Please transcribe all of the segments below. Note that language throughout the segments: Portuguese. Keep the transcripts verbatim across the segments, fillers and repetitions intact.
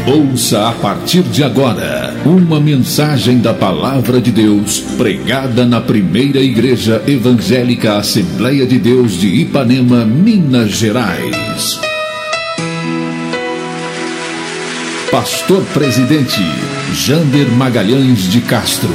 Ouça a partir de agora uma mensagem da Palavra de Deus pregada na primeira Igreja Evangélica Assembleia de Deus de Ipanema, Minas Gerais. Pastor Presidente Jander Magalhães de Castro.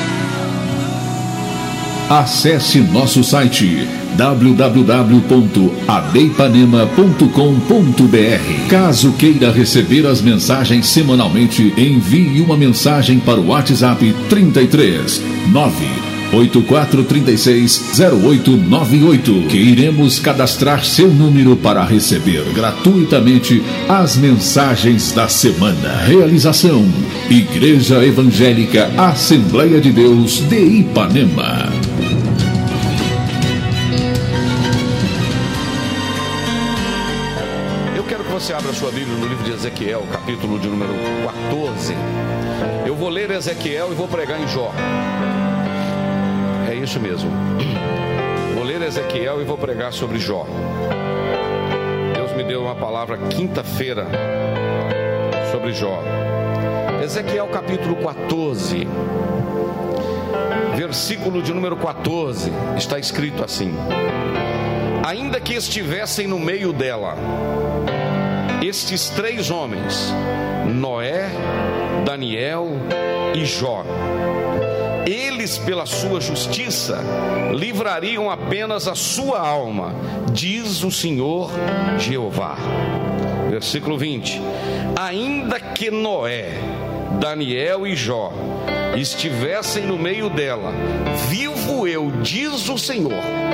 Acesse nosso site w w w ponto a d ipanema ponto com ponto b r. Caso queira receber as mensagens semanalmente, envie uma mensagem para o WhatsApp trinta e três, nove oito quatro três seis, zero oito nove oito, que iremos cadastrar seu número para receber gratuitamente as mensagens da semana. Realização: Igreja Evangélica Assembleia de Deus de Ipanema. Você abre a sua Bíblia no livro de Ezequiel, capítulo de número quatorze. Eu vou ler Ezequiel e vou pregar em Jó. É isso mesmo. Vou ler Ezequiel e vou pregar sobre Jó. Deus me deu uma palavra quinta-feira sobre Jó. Ezequiel capítulo quatorze, versículo de número quatorze, está escrito assim: ainda que estivessem no meio dela estes três homens, Noé, Daniel e Jó, eles pela sua justiça livrariam apenas a sua alma, diz o Senhor Jeová. Versículo vinte: ainda que Noé, Daniel e Jó estivessem no meio dela, vivo eu, diz o Senhor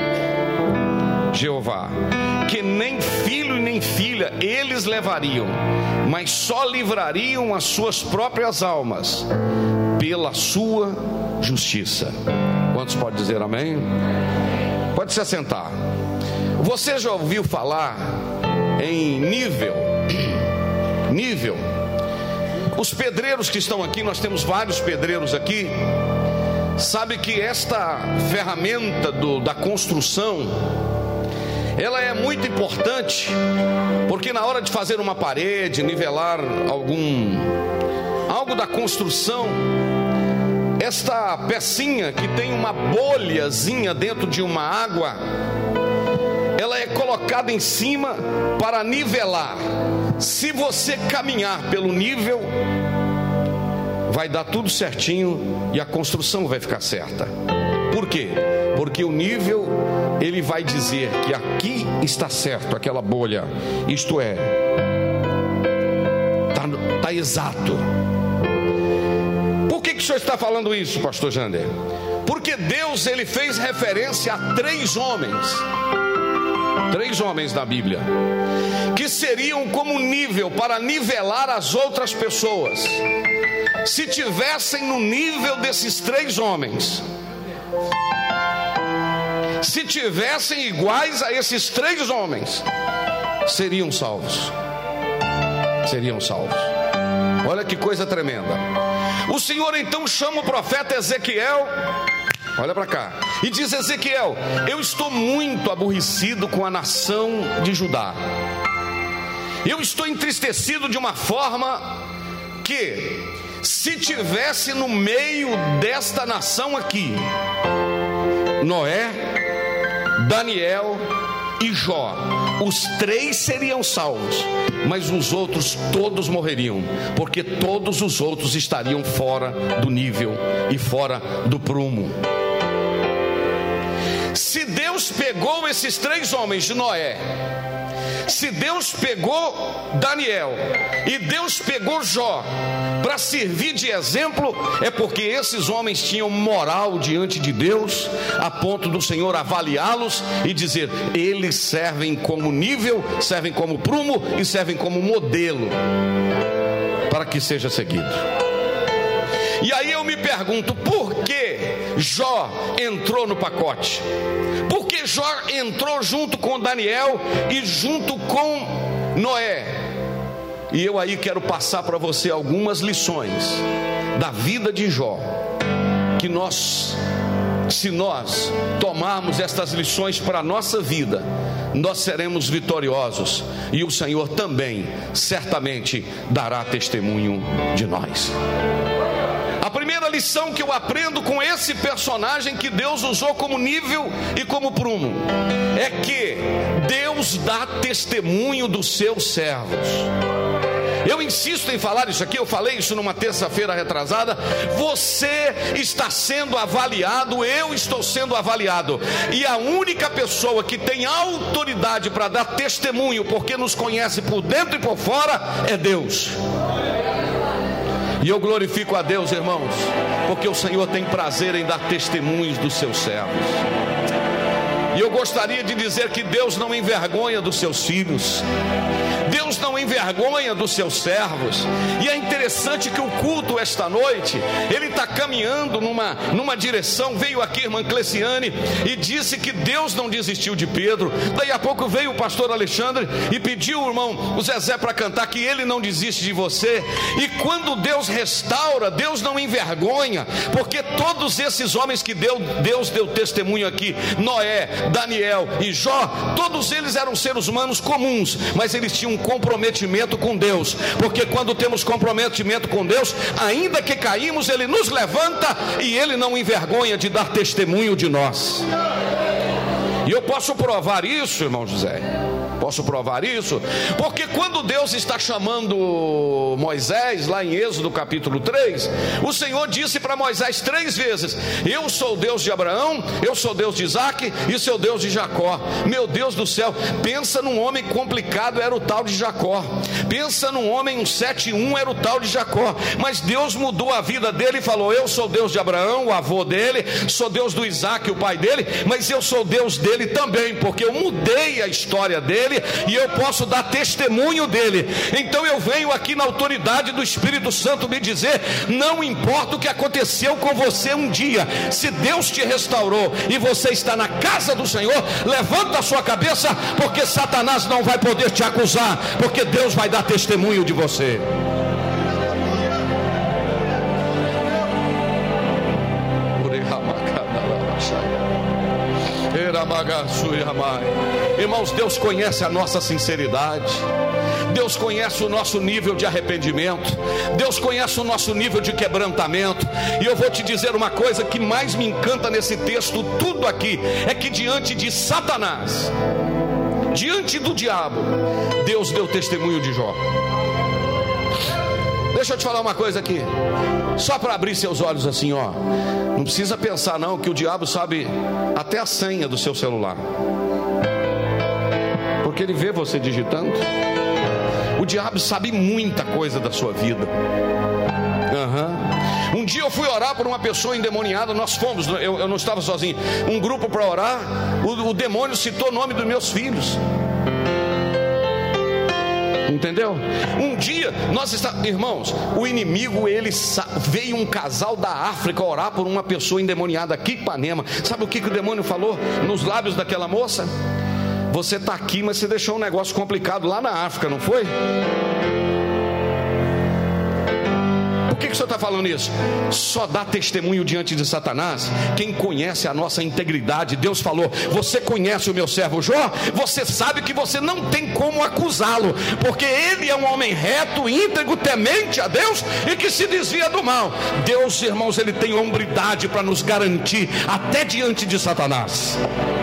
Jeová, que nem filho e nem filha eles levariam, mas só livrariam as suas próprias almas pela sua justiça. Quantos podem dizer amém? Pode se assentar. Você já ouviu falar em nível? Nível. Os pedreiros que estão aqui, nós temos vários pedreiros aqui, sabe que esta ferramenta do, da construção, ela é muito importante, porque na hora de fazer uma parede, nivelar algum algo da construção, esta pecinha que tem uma bolhazinha dentro de uma água, ela é colocada em cima para nivelar. Se você caminhar pelo nível, vai dar tudo certinho e a construção vai ficar certa. Por quê? Porque o nível, ele vai dizer que aqui está certo, aquela bolha, isto é, está tá exato. Por que, que o senhor está falando isso, pastor Jander? Porque Deus, ele fez referência a três homens, três homens da Bíblia, que seriam como nível para nivelar as outras pessoas. Se tivessem no nível desses três homens, se tivessem iguais a esses três homens, seriam salvos. Seriam salvos. Olha que coisa tremenda. O Senhor então chama o profeta Ezequiel, olha para cá, e diz: Ezequiel, eu estou muito aborrecido com a nação de Judá. Eu estou entristecido de uma forma que, se tivesse no meio desta nação aqui Noé, Daniel e Jó, os três seriam salvos, mas os outros todos morreriam, porque todos os outros estariam fora do nível e fora do prumo. Se Deus pegou esses três homens de Noé, se Deus pegou Daniel e Deus pegou Jó para servir de exemplo, é porque esses homens tinham moral diante de Deus, a ponto do Senhor avaliá-los e dizer: eles servem como nível, servem como prumo e servem como modelo para que seja seguido. E aí eu me pergunto, por que Jó entrou no pacote? Por que Jó entrou junto com Daniel e junto com Noé? E eu aí quero passar para você algumas lições da vida de Jó, que nós, se nós tomarmos estas lições para a nossa vida, nós seremos vitoriosos, e o Senhor também certamente dará testemunho de nós. A primeira lição que eu aprendo com esse personagem que Deus usou como nível e como prumo é que Deus dá testemunho dos seus servos. Eu insisto em falar isso aqui, eu falei isso numa terça-feira retrasada. Você está sendo avaliado, eu estou sendo avaliado, e a única pessoa que tem autoridade para dar testemunho, porque nos conhece por dentro e por fora, é Deus. E eu glorifico a Deus, irmãos, porque o Senhor tem prazer em dar testemunhos dos seus servos. E eu gostaria de dizer que Deus não envergonha dos seus filhos, Deus não envergonha dos seus servos. E é interessante que o culto esta noite, ele está caminhando numa, numa direção. Veio aqui a irmã Cleciane e disse que Deus não desistiu de Pedro. Daí a pouco veio o pastor Alexandre e pediu o irmão o Zezé para cantar que ele não desiste de você. E quando Deus restaura, Deus não envergonha, porque todos esses homens que deu, Deus deu testemunho aqui, Noé, Daniel e Jó, todos eles eram seres humanos comuns, mas eles tinham um comprometimento com Deus, porque quando temos comprometimento com Deus, ainda que caímos, Ele nos levanta e Ele não envergonha de dar testemunho de nós. E eu posso provar isso, irmão José, posso provar isso, porque quando Deus está chamando Moisés, lá em Êxodo capítulo três, o Senhor disse para Moisés três vezes: eu sou Deus de Abraão, eu sou Deus de Isaac e sou Deus de Jacó. Meu Deus do céu, pensa num homem complicado, era o tal de Jacó. Pensa num homem, um sete um, era o tal de Jacó. Mas Deus mudou a vida dele e falou: eu sou Deus de Abraão, o avô dele, sou Deus do Isaac, o pai dele, mas eu sou Deus dele também, porque eu mudei a história dele e eu posso dar testemunho dele. Então eu venho aqui na autoridade do Espírito Santo me dizer: não importa o que aconteceu com você um dia, se Deus te restaurou e você está na casa do Senhor, levanta a sua cabeça, porque Satanás não vai poder te acusar, porque Deus vai dar testemunho de você. Irmãos, Deus conhece a nossa sinceridade, Deus conhece o nosso nível de arrependimento, Deus conhece o nosso nível de quebrantamento. E eu vou te dizer uma coisa que mais me encanta nesse texto, tudo aqui, é que diante de Satanás, diante do diabo, Deus deu testemunho de Jó. Deixa eu te falar uma coisa aqui, só para abrir seus olhos assim, ó. Não precisa pensar não que o diabo sabe até a senha do seu celular, porque ele vê você digitando. O diabo sabe muita coisa da sua vida. Uhum. Um dia eu fui orar por uma pessoa endemoniada. Nós fomos, eu, eu não estava sozinho, um grupo para orar. O, o demônio citou o nome dos meus filhos. Entendeu? Um dia nós estávamos, irmãos, o inimigo, ele veio um casal da África orar por uma pessoa endemoniada aqui em Ipanema. Sabe o que, que o demônio falou nos lábios daquela moça? Você está aqui, mas você deixou um negócio complicado lá na África, não foi? Por que, que o senhor está falando isso? Só dá testemunho diante de Satanás quem conhece a nossa integridade. Deus falou: você conhece o meu servo Jó? Você sabe que você não tem como acusá-lo, porque ele é um homem reto, íntegro, temente a Deus e que se desvia do mal. Deus, irmãos, ele tem hombridade para nos garantir até diante de Satanás.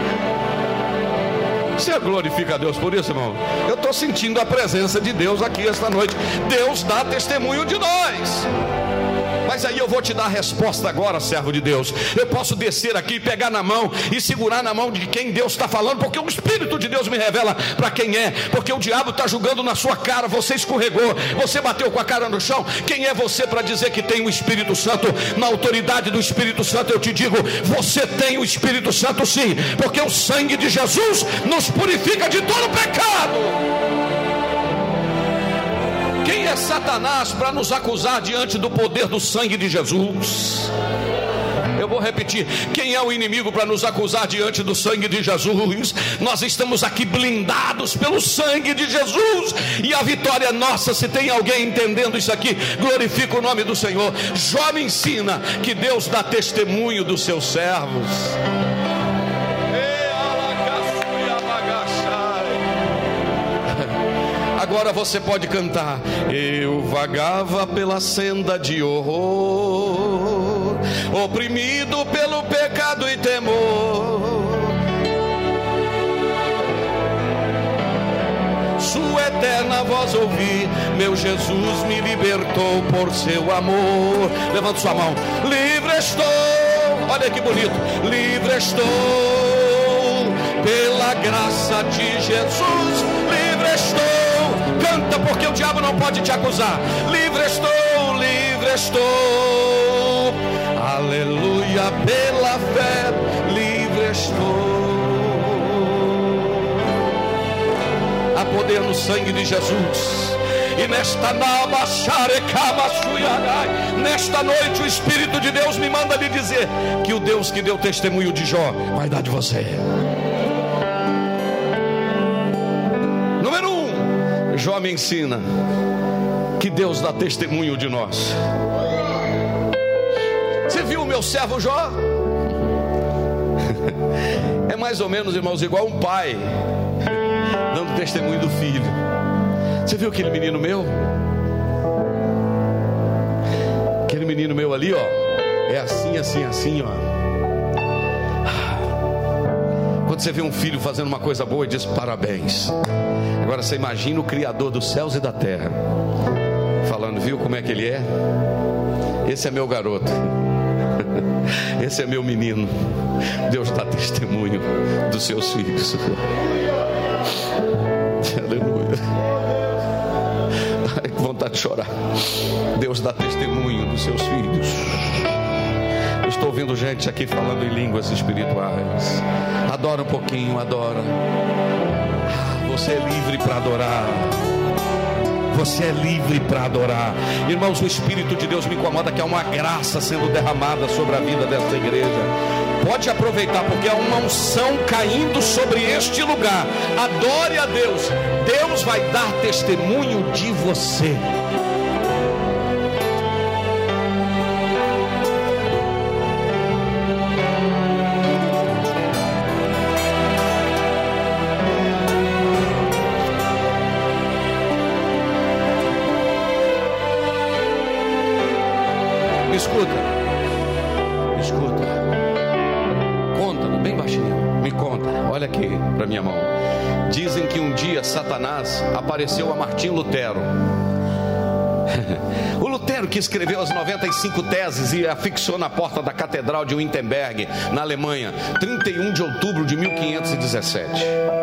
Você glorifica a Deus por isso, irmão? Eu estou sentindo a presença de Deus aqui esta noite. Deus dá testemunho de nós. Mas aí eu vou te dar a resposta agora, servo de Deus. Eu posso descer aqui, pegar na mão e segurar na mão de quem Deus está falando, porque o Espírito de Deus me revela para quem é. Porque o diabo está julgando na sua cara. Você escorregou, você bateu com a cara no chão. Quem é você para dizer que tem o Espírito Santo? Na autoridade do Espírito Santo eu te digo: você tem o Espírito Santo sim, porque o sangue de Jesus nos purifica de todo pecado. Quem é Satanás para nos acusar diante do poder do sangue de Jesus? Eu vou repetir: quem é o inimigo para nos acusar diante do sangue de Jesus? Nós estamos aqui blindados pelo sangue de Jesus, e a vitória é nossa. Se tem alguém entendendo isso aqui, glorifica o nome do Senhor. Jó me ensina que Deus dá testemunho dos seus servos. E alagaçu e abagaçá. Agora você pode cantar: eu vagava pela senda de horror, oprimido pelo pecado e temor. Sua eterna voz ouvi, meu Jesus me libertou por seu amor. Levanta sua mão. Livre estou, olha que bonito. Livre estou pela graça de Jesus. Livre estou. Canta, porque o diabo não pode te acusar. Livre estou, livre estou. Aleluia, pela fé, livre estou. Há poder no sangue de Jesus. E nesta nesta noite o Espírito de Deus me manda lhe dizer que o Deus que deu testemunho de Jó vai dar de você. Número um, Jó me ensina que Deus dá testemunho de nós. Você viu o meu servo Jó? É mais ou menos, irmãos, igual um pai dando testemunho do filho. Você viu aquele menino meu? Aquele menino meu ali, ó, é assim, assim, assim, ó. Quando você vê um filho fazendo uma coisa boa e diz parabéns. Agora você imagina o Criador dos céus e da terra falando: viu como é que ele é? Esse é meu garoto. Esse é meu menino. Deus dá testemunho dos seus filhos. Aleluia. Ai, que vontade de chorar. Deus dá testemunho dos seus filhos. Eu estou ouvindo gente aqui falando em línguas espirituais. Adora um pouquinho, adora. Você é livre para adorar. Você é livre para adorar. Irmãos, o Espírito de Deus me incomoda que há uma graça sendo derramada sobre a vida desta igreja. Pode aproveitar, porque há uma unção caindo sobre este lugar. Adore a Deus. Deus vai dar testemunho de você. Escuta, escuta, conta bem baixinho, me conta, olha aqui para minha mão. Dizem que um dia Satanás apareceu a Martim Lutero. O Lutero que escreveu as noventa e cinco teses e afixou na porta da Catedral de Wittenberg, na Alemanha, trinta e um de outubro de mil quinhentos e dezessete.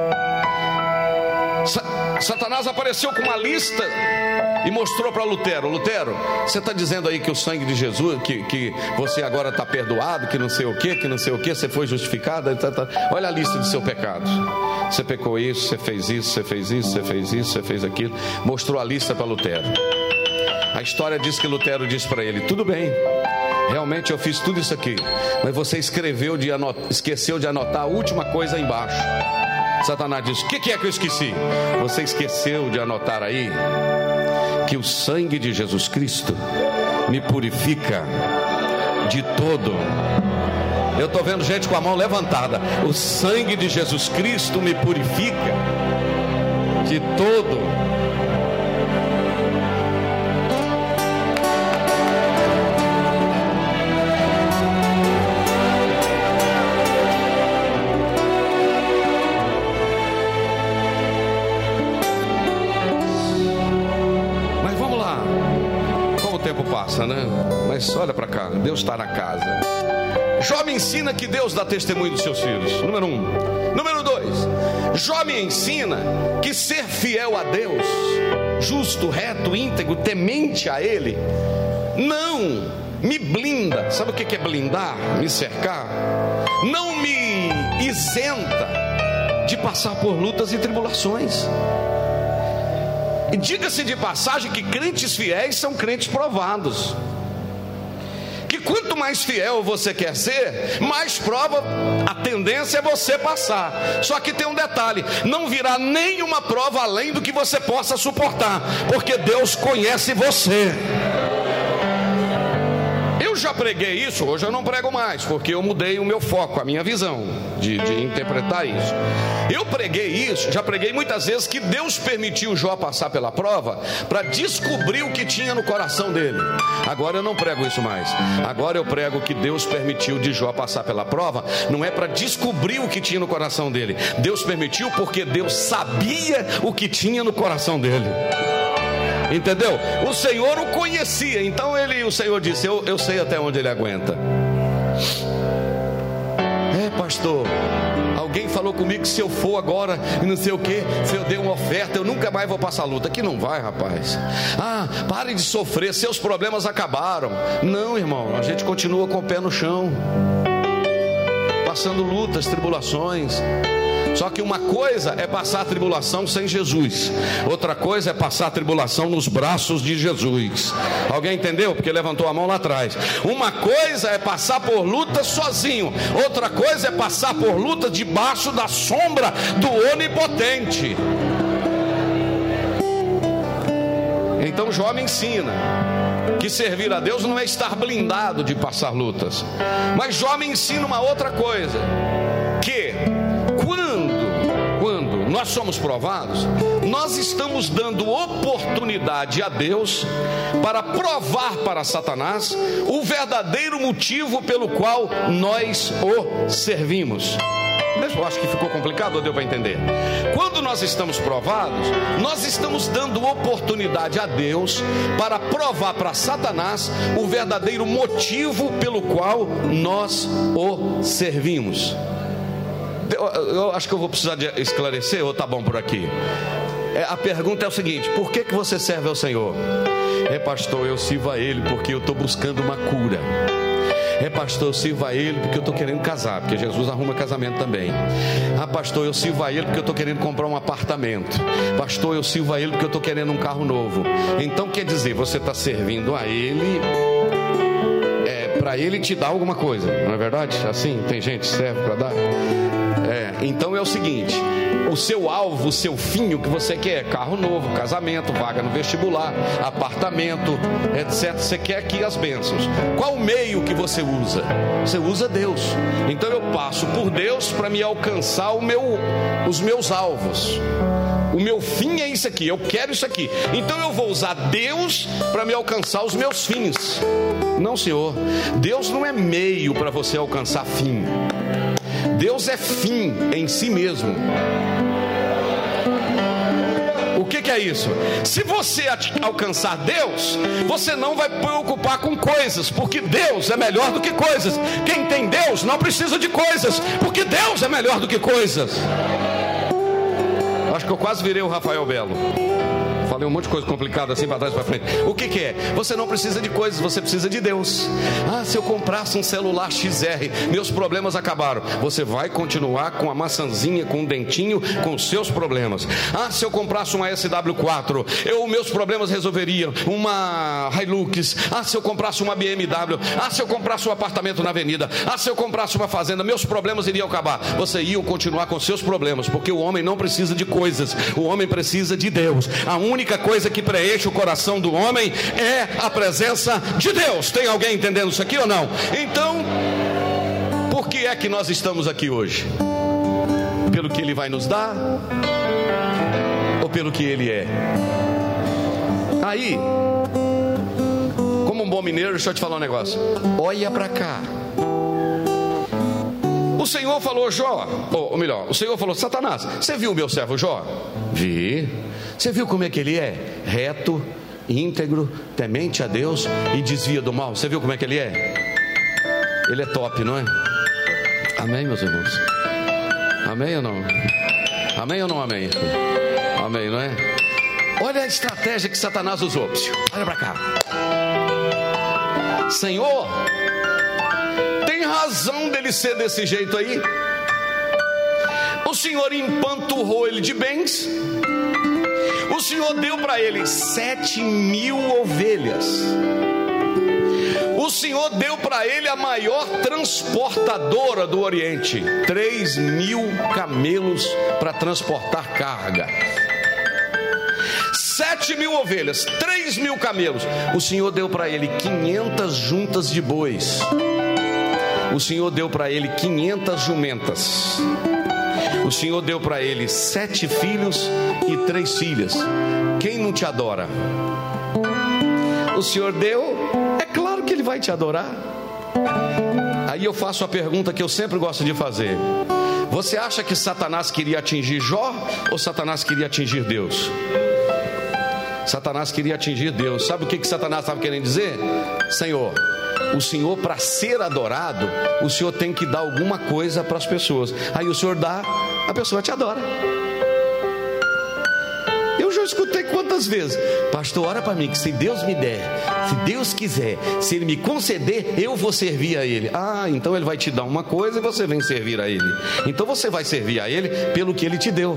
Sa- Satanás apareceu com uma lista e mostrou para Lutero: Lutero, você está dizendo aí que o sangue de Jesus, que, que você agora está perdoado, que não sei o que, que não sei o que, você foi justificado, tá, tá. Olha a lista de seu pecado. Você pecou isso, você fez isso, você fez isso, você fez isso, você fez aquilo. Mostrou a lista para Lutero. A história diz que Lutero disse para ele: tudo bem, realmente eu fiz tudo isso aqui, mas você escreveu de anot... esqueceu de anotar a última coisa aí embaixo. Satanás disse: o que, que é que eu esqueci? Você esqueceu de anotar aí que o sangue de Jesus Cristo me purifica de todo. Eu estou vendo gente com a mão levantada. O sangue de Jesus Cristo me purifica de todo. Passa, né? Mas olha para cá, Deus está na casa. Jó me ensina que Deus dá testemunho dos seus filhos. Número um. Número dois, Jó me ensina que ser fiel a Deus, justo, reto, íntegro, temente a Ele, não me blinda. Sabe o que é blindar? Me cercar. Não me isenta de passar por lutas e tribulações. E diga-se de passagem que crentes fiéis são crentes provados. Que quanto mais fiel você quer ser, mais prova a tendência é você passar. Só que tem um detalhe: não virá nenhuma prova além do que você possa suportar, porque Deus conhece você. Eu Eu já preguei isso, hoje eu não prego mais, porque eu mudei o meu foco, a minha visão de, de interpretar isso. Eu preguei isso, já preguei muitas vezes que Deus permitiu Jó passar pela prova para descobrir o que tinha no coração dele. Agora eu não prego isso mais. Agora eu prego que Deus permitiu de Jó passar pela prova, não é para descobrir o que tinha no coração dele. Deus permitiu porque Deus sabia o que tinha no coração dele. Entendeu? O Senhor o conhecia. Então ele, o Senhor disse, eu, eu sei até onde ele aguenta. É, pastor, alguém falou comigo que se eu for agora e não sei o que, se eu der uma oferta, eu nunca mais vou passar luta. Que não vai, rapaz. Ah, pare de sofrer, seus problemas acabaram. Não, irmão, a gente continua com o pé no chão, passando lutas, tribulações. Só que uma coisa é passar a tribulação sem Jesus, outra coisa é passar a tribulação nos braços de Jesus. Alguém entendeu? Porque levantou a mão lá atrás. Uma coisa é passar por luta sozinho, outra coisa é passar por luta debaixo da sombra do Onipotente. Então Jó me ensina que servir a Deus não é estar blindado de passar lutas. Mas Jó me ensina uma outra coisa, que Quando nós somos provados, nós estamos dando oportunidade a Deus para provar para Satanás o verdadeiro motivo pelo qual nós o servimos. Eu acho que ficou complicado ou deu para entender? Quando nós estamos provados, nós estamos dando oportunidade a Deus para provar para Satanás o verdadeiro motivo pelo qual nós o servimos. Eu, eu acho que eu vou precisar de esclarecer, ou tá bom por aqui? É, a pergunta é o seguinte: por que, que você serve ao Senhor? É, pastor, eu sirvo a Ele porque eu estou buscando uma cura. É, pastor, eu sirvo a Ele porque eu estou querendo casar, porque Jesus arruma casamento também. Ah, pastor, eu sirvo a Ele porque eu estou querendo comprar um apartamento. Pastor, eu sirvo a Ele porque eu estou querendo um carro novo. Então quer dizer, você está servindo a Ele é, para Ele te dar alguma coisa, não é verdade? Assim, tem gente que serve para dar. É, então é o seguinte: o seu alvo, o seu fim, o que você quer é carro novo, casamento, vaga no vestibular, apartamento, etcétera. Você quer aqui as bênçãos. Qual o meio que você usa? Você usa Deus. Então eu passo por Deus para me alcançar o meu, os meus alvos. O meu fim é isso aqui, eu quero isso aqui. Então eu vou usar Deus para me alcançar os meus fins. Não, senhor, Deus não é meio para você alcançar fim. Deus é fim em si mesmo. O que, que é isso? Se você alcançar Deus, você não vai preocupar com coisas, porque Deus é melhor do que coisas. Quem tem Deus não precisa de coisas, porque Deus é melhor do que coisas. Acho que eu quase virei o Rafael Belo. Falei um monte de coisa complicada assim para trás e para frente. O que, que é? Você não precisa de coisas, você precisa de Deus. Ah, se eu comprasse um celular X R, meus problemas acabaram. Você vai continuar com a maçãzinha, com o dentinho, com os seus problemas. Ah, se eu comprasse uma S W quatro, eu, meus problemas resolveriam. Uma Hilux. Ah, se eu comprasse uma B M W. Ah, se eu comprasse um apartamento na avenida. Ah, se eu comprasse uma fazenda, meus problemas iriam acabar. Você ia continuar com seus problemas, porque o homem não precisa de coisas, o homem precisa de Deus. A única A única coisa que preenche o coração do homem é a presença de Deus. Tem alguém entendendo isso aqui ou não? Então, por que é que nós estamos aqui hoje? Pelo que Ele vai nos dar? Ou pelo que Ele é? Aí, como um bom mineiro, deixa eu te falar um negócio. Olha pra cá. O Senhor falou, Jó, ou melhor, o Senhor falou, Satanás, você viu o meu servo Jó? Vi. Você viu como é que ele é? Reto, íntegro, temente a Deus e desvia do mal. Você viu como é que ele é? Ele é top, não é? Amém, meus irmãos? Amém ou não? Amém ou não amém? Amém, não é? Olha a estratégia que Satanás usou. Olha pra cá. Senhor, tem razão dele ser desse jeito aí? O Senhor empanturrou ele de bens. O Senhor deu para ele sete mil ovelhas. O Senhor deu para ele a maior transportadora do Oriente, três mil camelos para transportar carga. Sete sete mil ovelhas, três mil camelos. O Senhor deu para ele quinhentas juntas de bois. O Senhor deu para ele quinhentas jumentas. O Senhor deu para ele sete filhos e três filhas. Quem não te adora? O Senhor deu, é claro que Ele vai te adorar. Aí eu faço a pergunta que eu sempre gosto de fazer: você acha que Satanás queria atingir Jó ou Satanás queria atingir Deus? Satanás queria atingir Deus. Sabe o que, que Satanás estava querendo dizer? Senhor, o Senhor, para ser adorado, o Senhor tem que dar alguma coisa para as pessoas. Aí o Senhor dá, a pessoa te adora. Eu já escutei quantas vezes: pastor, ora para mim que se Deus me der, se Deus quiser, se Ele me conceder, eu vou servir a Ele. Ah, então Ele vai te dar uma coisa e você vem servir a Ele. Então você vai servir a Ele pelo que Ele te deu.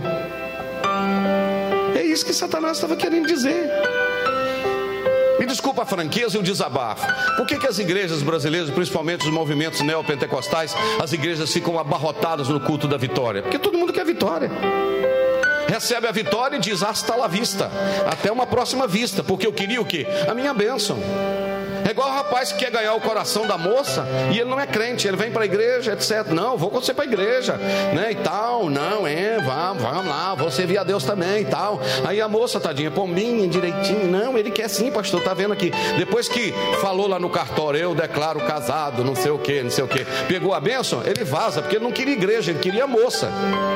É isso que Satanás estava querendo dizer. Me desculpa a franqueza e o desabafo. Por que que as igrejas brasileiras, principalmente os movimentos neopentecostais, as igrejas ficam abarrotadas no culto da vitória? Porque todo mundo quer vitória. Recebe a vitória e diz hasta la vista, até uma próxima vista, porque eu queria o quê? A minha bênção. É igual o rapaz que quer ganhar o coração da moça e ele não é crente, ele vem para a igreja, etcétera. Não, vou com você para a igreja, né, e tal. Não, é, vamos, vamos lá, vou servir a Deus também e tal. Aí a moça, tadinha, pombinha, direitinho. Não, ele quer sim, pastor, tá vendo aqui. Depois que falou lá no cartório, eu declaro casado, não sei o que, não sei o que, pegou a bênção, ele vaza, porque ele não queria igreja, ele queria a moça.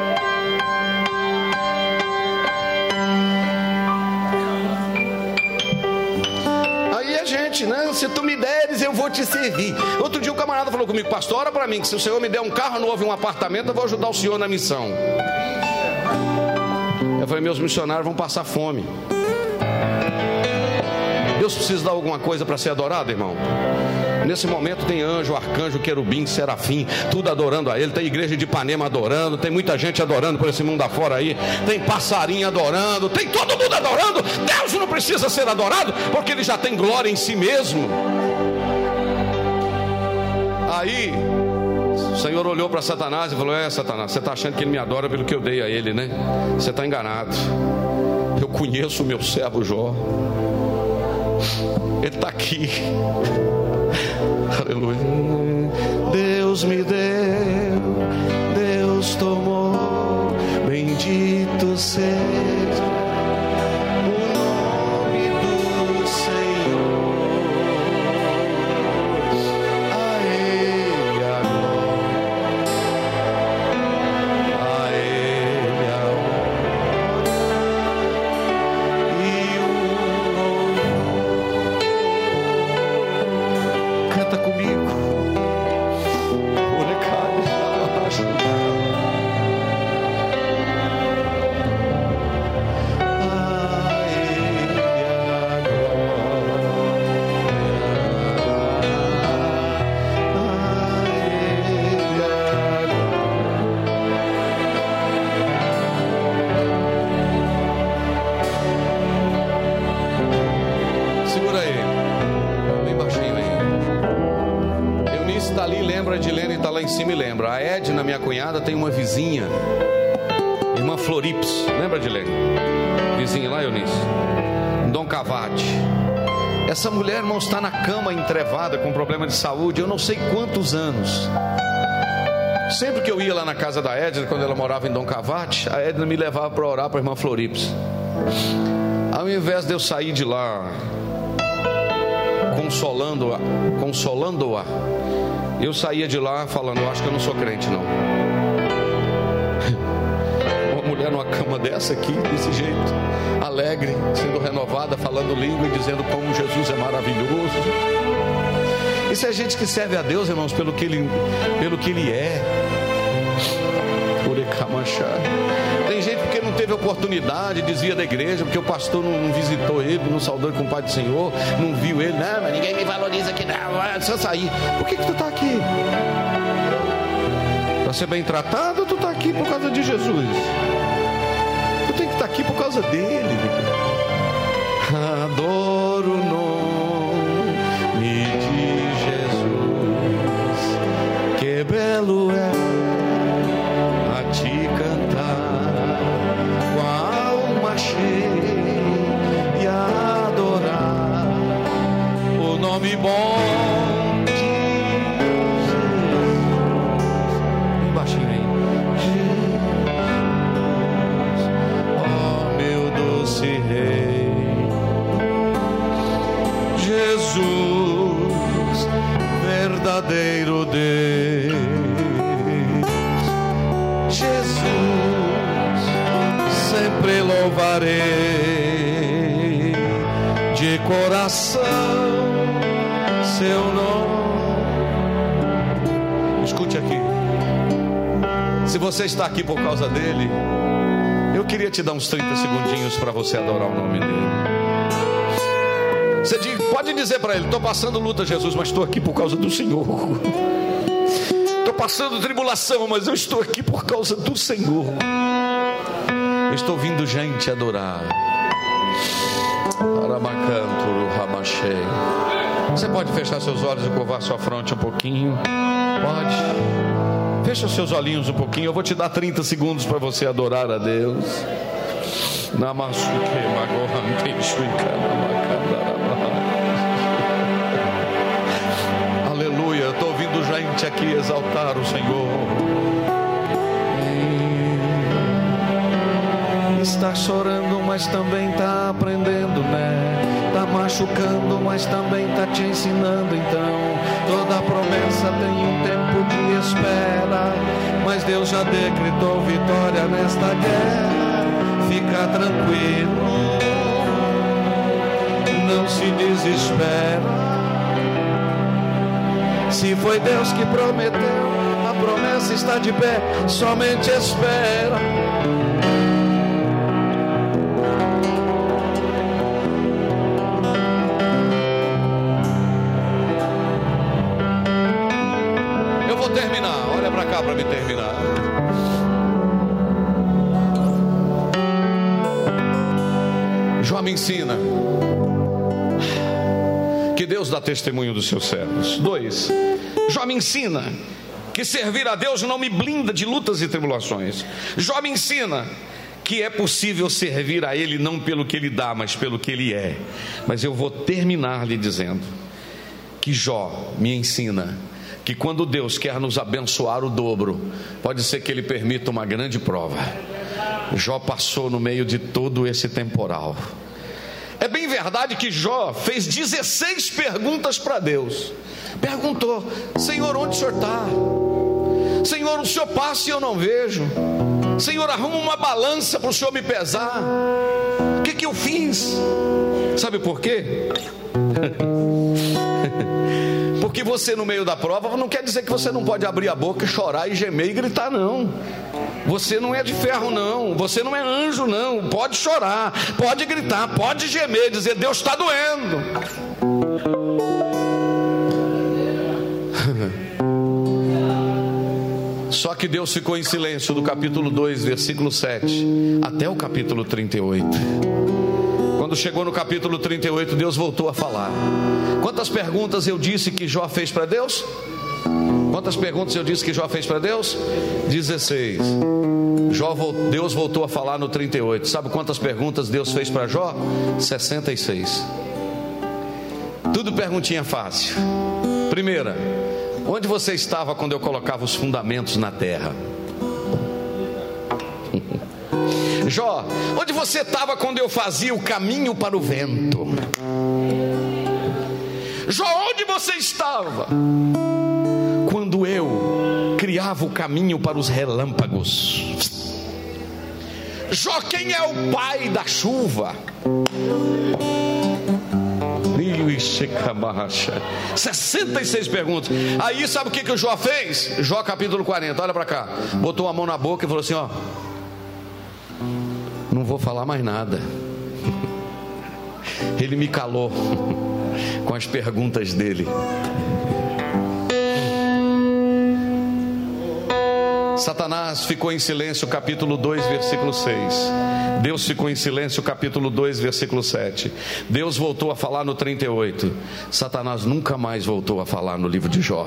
Gente, né? Se tu me deres, eu vou te servir. Outro dia um camarada falou comigo: pastor, ora para mim que se o Senhor me der um carro novo e um apartamento, eu vou ajudar o Senhor na missão. Eu falei: meus missionários vão passar fome. Deus precisa dar alguma coisa para ser adorado, irmão. Nesse momento tem anjo, arcanjo, querubim, serafim, tudo adorando a Ele. Tem igreja de Ipanema adorando, tem muita gente adorando por esse mundo afora aí. Tem passarinho adorando, tem todo mundo adorando. Deus não precisa ser adorado, porque Ele já tem glória em si mesmo. Aí o Senhor olhou para Satanás e falou: é, Satanás, você está achando que Ele me adora pelo que eu dei a Ele, né? Você está enganado. Eu conheço o meu servo Jó. Ele está aqui. Aleluia. Deus me deu, Deus tomou, bendito seja o nome do Senhor. A Ele a glória, a Ele a honra e o louvor. Canta comigo. Me lembra, a Edna, minha cunhada, tem uma vizinha, irmã Florips, lembra de ler? Vizinha lá, Eunice, Dom Cavate. Essa mulher, irmão, está na cama entrevada com problema de saúde, eu não sei quantos anos. Sempre que eu ia lá na casa da Edna, quando ela morava em Dom Cavate, a Edna me levava para orar para a irmã Florips. Ao invés de eu sair de lá consolando-a, consolando-a, eu saía de lá falando: eu acho que eu não sou crente não. Uma mulher numa cama dessa aqui, desse jeito, alegre, sendo renovada, falando língua e dizendo como Jesus é maravilhoso. Isso é gente que serve a Deus, irmãos, pelo que Ele, pelo que Ele é. Tem gente porque não teve oportunidade, desvia da igreja, porque o pastor não visitou ele, não saudou ele com o Pai do Senhor, não viu ele. Não, mas ninguém me valoriza aqui não, deixa eu sair. Por que que tu está aqui? Para ser bem tratado ou tu está aqui por causa de Jesus? Tu tem que estar aqui por causa dele. Adoro o nome de Jesus, que belo é te cantar com a alma cheia nome bom de Jesus. Bem baixinho aí. Oh, meu doce Rei, Jesus, verdadeiro Deus. Jesus, sempre louvarei de coração seu nome. Escute aqui. Se você está aqui por causa dele, eu queria te dar uns trinta segundinhos para você adorar o nome dele. Você diz, pode dizer para ele: estou passando luta, Jesus, mas estou aqui por causa do Senhor. Estou passando tribulação, mas eu estou aqui por causa do Senhor. Eu estou vindo gente adorar. Você pode fechar seus olhos e curvar sua fronte um pouquinho? Pode. Fecha os seus olhinhos um pouquinho. Eu vou te dar trinta segundos para você adorar a Deus. Aleluia. Eu estou ouvindo gente aqui exaltar o Senhor. Está chorando, mas também está aprendendo, né? Está machucando, mas também está te ensinando. Então, toda promessa tem um tempo de espera, mas Deus já decretou vitória nesta guerra. Fica tranquilo, não se desespera. Se foi Deus que prometeu, a promessa está de pé, somente espera. Para me terminar, Jó me ensina que Deus dá testemunho dos seus servos. Dois, Jó me ensina que servir a Deus não me blinda de lutas e tribulações. Jó me ensina que é possível servir a Ele não pelo que Ele dá, mas pelo que Ele é. Mas eu vou terminar lhe dizendo que Jó me ensina que quando Deus quer nos abençoar o dobro, pode ser que Ele permita uma grande prova. Jó passou no meio de todo esse temporal. É bem verdade que Jó fez dezesseis perguntas para Deus. Perguntou: Senhor, onde o Senhor está? Senhor, o Senhor passa e eu não vejo. Senhor, arruma uma balança para o Senhor me pesar. O que que eu fiz? Sabe por quê? Porque você no meio da prova não quer dizer que você não pode abrir a boca, chorar e gemer e gritar, não. Você não é de ferro, não. Você não é anjo, não. Pode chorar, pode gritar, pode gemer, dizer: Deus está doendo. Só que Deus ficou em silêncio do capítulo dois, versículo sete até o capítulo trinta e oito. Quando chegou no capítulo trinta e oito, Deus voltou a falar. Quantas perguntas eu disse que Jó fez para Deus? Quantas perguntas eu disse que Jó fez para Deus? dezesseis. Jó, Deus voltou a falar no trinta e oito. Sabe quantas perguntas Deus fez para Jó? sessenta e seis. Tudo perguntinha fácil. Primeira: onde você estava quando eu colocava os fundamentos na terra? Jó, onde você estava quando eu fazia o caminho para o vento? Jó, onde você estava quando eu criava o caminho para os relâmpagos? Jó, quem é o pai da chuva? sessenta e seis perguntas. Aí sabe o que, que o Jó fez? Jó capítulo quarenta, olha para cá. Botou a mão na boca e falou assim: ó, não vou falar mais nada. Ele me calou com as perguntas dele. Satanás ficou em silêncio, capítulo dois, versículo seis. Deus ficou em silêncio, capítulo dois, versículo sete. Deus voltou a falar no trinta e oito. Satanás nunca mais voltou a falar no livro de Jó.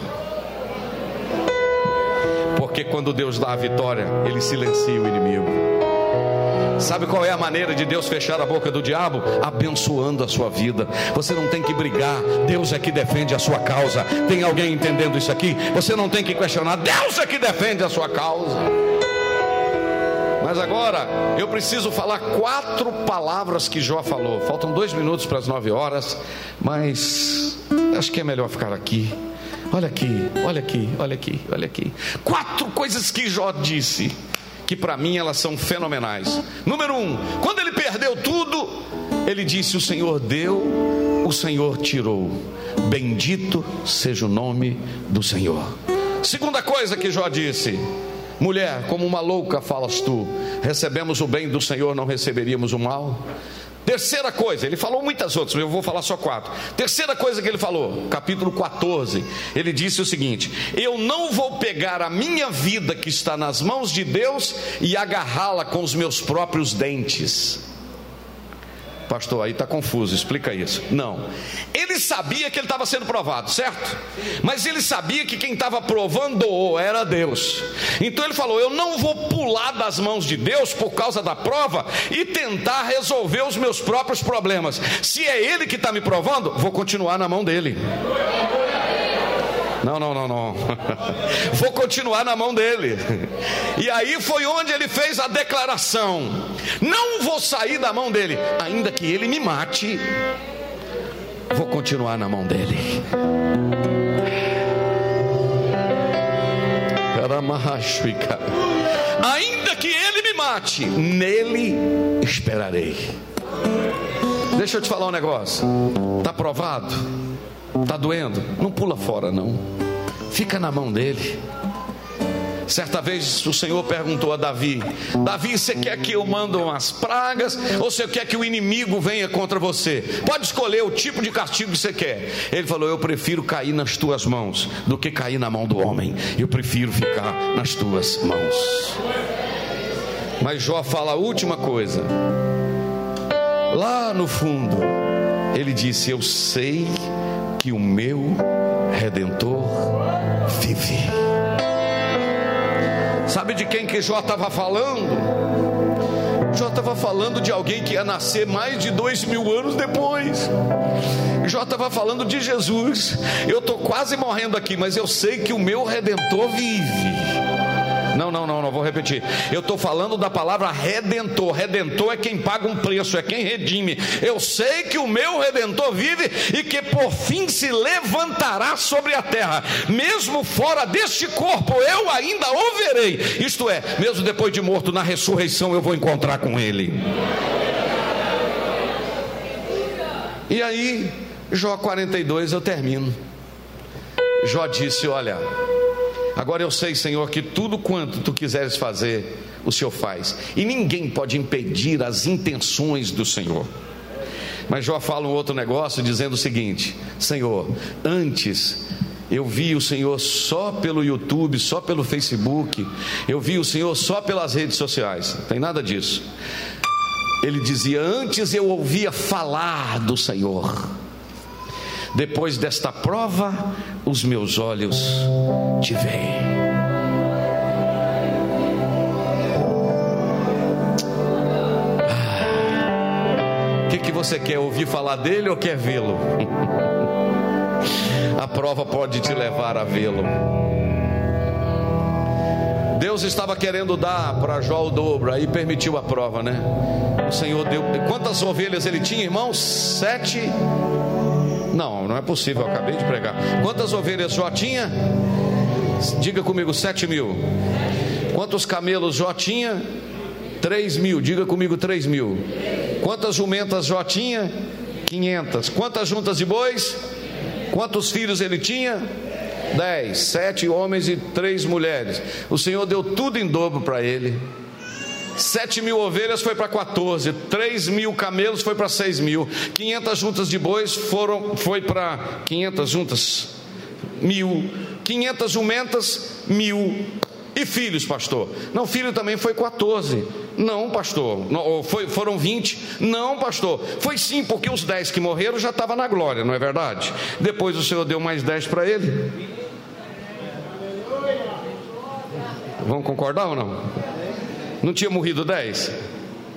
Porque quando Deus dá a vitória, Ele silencia o inimigo. Sabe qual é a maneira de Deus fechar a boca do diabo? Abençoando a sua vida. Você não tem que brigar, Deus é que defende a sua causa. Tem alguém entendendo isso aqui? Você não tem que questionar, Deus é que defende a sua causa. Mas agora eu preciso falar quatro palavras que Jó falou. Faltam dois minutos para as nove horas, mas acho que é melhor ficar aqui. Olha aqui, olha aqui, olha aqui, olha aqui. Quatro coisas que Jó disse, que para mim elas são fenomenais. Número um, quando ele perdeu tudo, ele disse: o Senhor deu, o Senhor tirou. Bendito seja o nome do Senhor. Segunda coisa que Jó disse: mulher, como uma louca falas tu, recebemos o bem do Senhor, não receberíamos o mal? Terceira coisa, ele falou muitas outras, mas eu vou falar só quatro. Terceira coisa que ele falou, capítulo quatorze, ele disse o seguinte: eu não vou pegar a minha vida que está nas mãos de Deus e agarrá-la com os meus próprios dentes. Pastor, aí está confuso, explica isso. Não, ele sabia que ele estava sendo provado, certo? Mas ele sabia que quem estava provando era Deus. Então ele falou: eu não vou pular das mãos de Deus por causa da prova e tentar resolver os meus próprios problemas. Se é Ele que está me provando, vou continuar na mão dele. Não, não, não, não. Vou continuar na mão dele. E aí foi onde ele fez a declaração: não vou sair da mão dele, ainda que ele me mate, vou continuar na mão dele. Ainda que ele me mate, nele esperarei. Deixa eu te falar um negócio. Está provado? Está doendo? Não pula fora não, fica na mão dele. Certa vez o Senhor perguntou a Davi: Davi, você quer que eu mande umas pragas, ou você quer que o inimigo venha contra você? Pode escolher o tipo de castigo que você quer. Ele falou: eu prefiro cair nas tuas mãos do que cair na mão do homem. Eu prefiro ficar nas tuas mãos. Mas Jó fala a última coisa. Lá no fundo ele disse: eu sei que o meu Redentor vive. Sabe de quem que Jó estava falando? Jó estava falando de alguém que ia nascer mais de dois mil anos depois. Jó estava falando de Jesus. Eu estou quase morrendo aqui, mas eu sei que o meu Redentor vive. Não, não, não, não, vou repetir. Eu estou falando da palavra Redentor. Redentor é quem paga um preço, é quem redime. Eu sei que o meu Redentor vive e que por fim se levantará sobre a terra. Mesmo fora deste corpo, eu ainda o verei. Isto é, mesmo depois de morto, na ressurreição eu vou encontrar com ele. E aí, Jó quarenta e dois, eu termino. Jó disse: olha, agora eu sei, Senhor, que tudo quanto tu quiseres fazer, o Senhor faz, e ninguém pode impedir as intenções do Senhor. Mas Jó fala um outro negócio, dizendo o seguinte: Senhor, antes eu vi o Senhor só pelo YouTube, só pelo Facebook, eu vi o Senhor só pelas redes sociais. Não tem nada disso. Ele dizia: antes eu ouvia falar do Senhor, depois desta prova, os meus olhos te veem. O que, que você quer, ouvir falar dele ou quer vê-lo? A prova pode te levar a vê-lo. Deus estava querendo dar para Jó o dobro, aí permitiu a prova, né? O Senhor deu. Quantas ovelhas ele tinha, irmãos? Sete. Não, não é possível, eu acabei de pregar. Quantas ovelhas Jó tinha? Diga comigo, sete mil. Quantos camelos Jó tinha? Três mil, diga comigo, três mil. Quantas jumentas Jó tinha? Quinhentas. Quantas juntas de bois? Quantos filhos ele tinha? Dez. Sete homens e três mulheres. O Senhor deu tudo em dobro para ele. Sete mil ovelhas foi para quatorze, três mil camelos foi para seis mil, quinhentas juntas de bois foram, foi para quinhentas juntas, mil, quinhentas jumentas, mil. E filhos, pastor? Não, filho também foi quatorze. Não, pastor. Não, foi, foram vinte. Não, pastor. Foi sim, porque os dez que morreram já estavam na glória, não é verdade? Depois o Senhor deu mais dez para ele. Vamos concordar ou não? Não tinha morrido dez?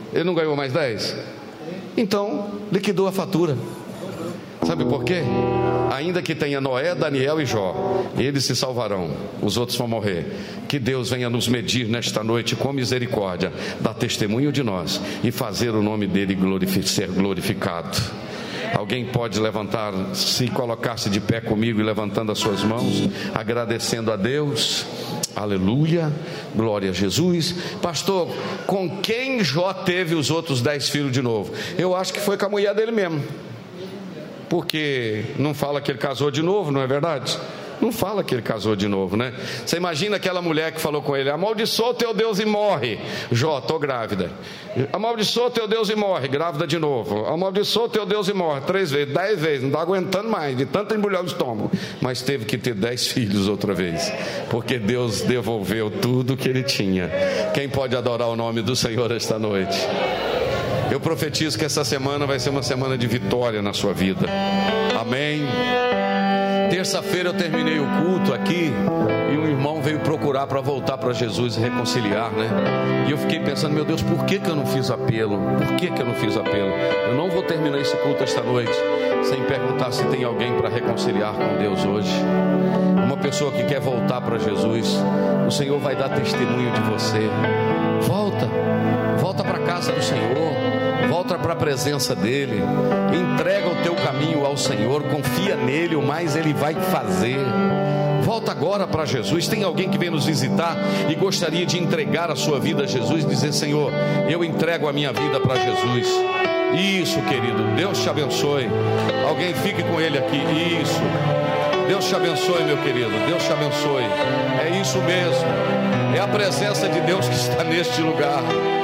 Ele não ganhou mais dez? Então, liquidou a fatura. Sabe por quê? Ainda que tenha Noé, Daniel e Jó, eles se salvarão, os outros vão morrer. Que Deus venha nos medir nesta noite com misericórdia, dar testemunho de nós e fazer o nome dele glorific- ser glorificado. Alguém pode levantar, se colocar-se de pé comigo e levantando as suas mãos, agradecendo a Deus. Aleluia, glória a Jesus. Pastor, com quem Jó teve os outros dez filhos de novo? Eu acho que foi com a mulher dele mesmo, porque não fala que ele casou de novo, não é verdade? Não fala que ele casou de novo, né? Você imagina aquela mulher que falou com ele: amaldiçoa o teu Deus e morre. Jó, estou grávida. Amaldiçoa o teu Deus e morre, grávida de novo. Amaldiçoa o teu Deus e morre, três vezes, dez vezes, não está aguentando mais, de tanto embrulhar o estômago. Mas teve que ter dez filhos outra vez, porque Deus devolveu tudo que ele tinha. Quem pode adorar o nome do Senhor esta noite? Eu profetizo que essa semana vai ser uma semana de vitória na sua vida. Amém. Terça-feira eu terminei o culto aqui e um irmão veio procurar para voltar para Jesus e reconciliar, né? E eu fiquei pensando: meu Deus, por que que eu não fiz apelo? Por que que eu não fiz apelo? Eu não vou terminar esse culto esta noite sem perguntar se tem alguém para reconciliar com Deus hoje. Uma pessoa que quer voltar para Jesus, o Senhor vai dar testemunho de você. Volta, volta para a casa do Senhor, volta para a presença dele, entrega o teu caminho ao Senhor, confia nele, o mais ele vai fazer. Volta agora para Jesus. Tem alguém que vem nos visitar e gostaria de entregar a sua vida a Jesus, dizer: Senhor, eu entrego a minha vida para Jesus. Isso, querido, Deus te abençoe. Alguém fique com ele aqui. Isso, Deus te abençoe, meu querido, Deus te abençoe. É isso mesmo, é a presença de Deus que está neste lugar.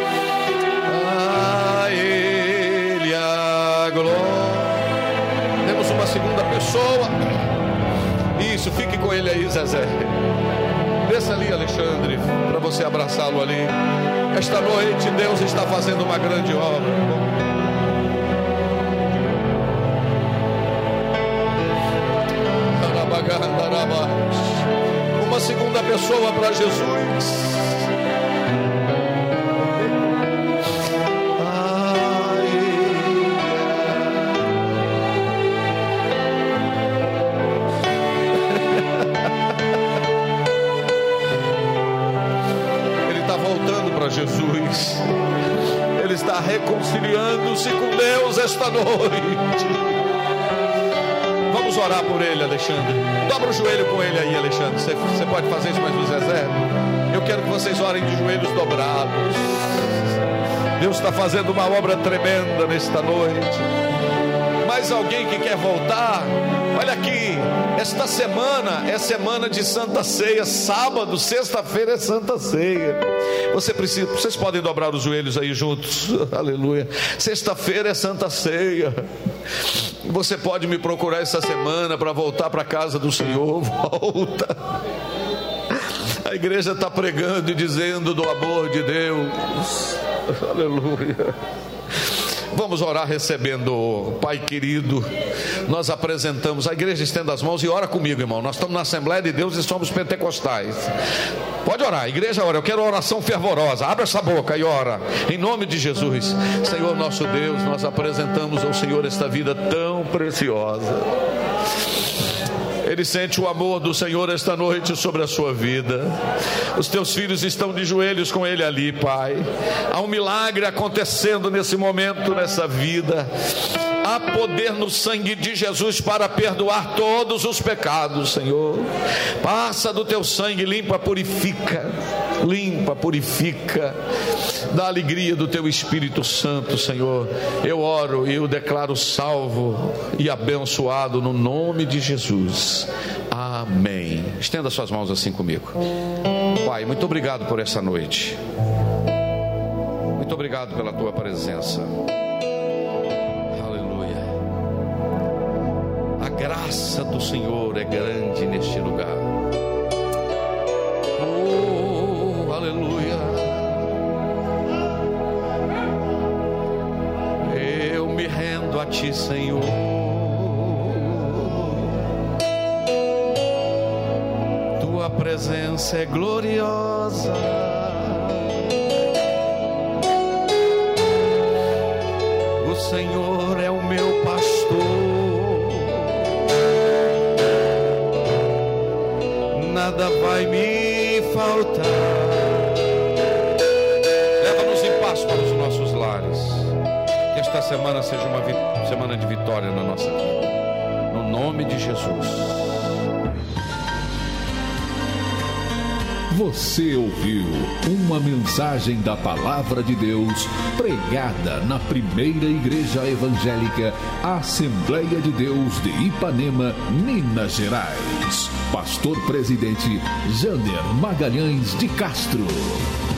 A Ele a glória. Temos uma segunda pessoa. Isso, fique com ele aí, Zezé. Desça ali, Alexandre, para você abraçá-lo ali. Esta noite Deus está fazendo uma grande obra. Uma segunda pessoa para Jesus. Jesus, ele está reconciliando-se com Deus esta noite. Vamos orar por ele, Alexandre. Dobra o joelho com ele aí, Alexandre. Você, você pode fazer isso mais no Zezé? Eu quero que vocês orem de joelhos dobrados. Deus está fazendo uma obra tremenda nesta noite. Mais alguém que quer voltar? Olha aqui, esta semana é semana de Santa Ceia. Sábado, sexta-feira é Santa Ceia. Você precisa, vocês podem dobrar os joelhos aí juntos. Aleluia. Sexta-feira é Santa Ceia. Você pode me procurar essa semana para voltar para a casa do Senhor. Volta. A igreja está pregando e dizendo do amor de Deus. Aleluia. Vamos orar recebendo. Pai querido, nós apresentamos, a igreja estenda as mãos e ora comigo, irmão. Nós estamos na Assembleia de Deus e somos pentecostais. Pode orar, a igreja ora. Eu quero oração fervorosa. Abre essa boca e ora em nome de Jesus. Senhor nosso Deus, nós apresentamos ao Senhor esta vida tão preciosa. Ele sente o amor do Senhor esta noite sobre a sua vida. Os teus filhos estão de joelhos com ele ali, Pai. Há um milagre acontecendo nesse momento, nessa vida. Há poder no sangue de Jesus para perdoar todos os pecados, Senhor. Passa do teu sangue, limpa, purifica. Limpa, purifica. Dá alegria do teu Espírito Santo, Senhor. Eu oro e eu declaro salvo e abençoado no nome de Jesus. Amém. Estenda suas mãos assim comigo. Pai, muito obrigado por essa noite. Muito obrigado pela tua presença. Aleluia. A graça do Senhor é grande neste lugar. Oh, aleluia. Eu me rendo a ti, Senhor. Tua presença é gloriosa. Senhor é o meu pastor, nada vai me faltar. Leva-nos em paz para os nossos lares. Que esta semana seja uma vi- semana de vitória na nossa vida. No nome de Jesus. Você ouviu uma mensagem da Palavra de Deus pregada na primeira igreja evangélica Assembleia de Deus de Ipanema, Minas Gerais. Pastor Presidente Jander Magalhães de Castro.